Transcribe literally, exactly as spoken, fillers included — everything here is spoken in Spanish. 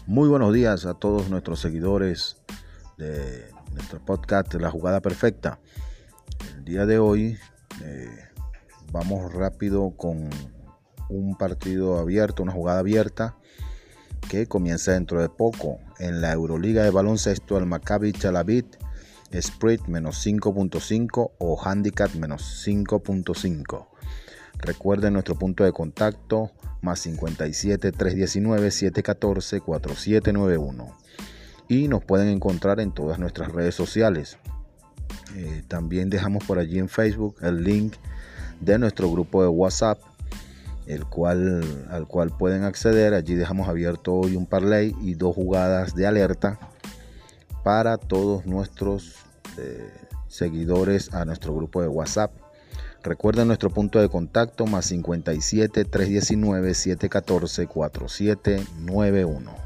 Muy buenos días a todos nuestros seguidores de nuestro podcast La Jugada Perfecta. El día de hoy eh, vamos rápido con un partido abierto, una jugada abierta que comienza dentro de poco. En la Euroliga de baloncesto, el Maccabi Tel Aviv, spread menos cinco punto cinco o handicap menos cinco punto cinco. Recuerden nuestro punto de contacto más cincuenta y siete, trescientos diecinueve, setecientos catorce, cuarenta y siete noventa y uno, y nos pueden encontrar en todas nuestras redes sociales. Eh, también dejamos por allí en Facebook el link de nuestro grupo de WhatsApp, el cual, al cual pueden acceder. Allí dejamos abierto hoy un parlay y dos jugadas de alerta para todos nuestros eh, seguidores a nuestro grupo de WhatsApp. Recuerden nuestro punto de contacto más cincuenta y siete, trescientos diecinueve, setecientos catorce, cuarenta y siete noventa y uno.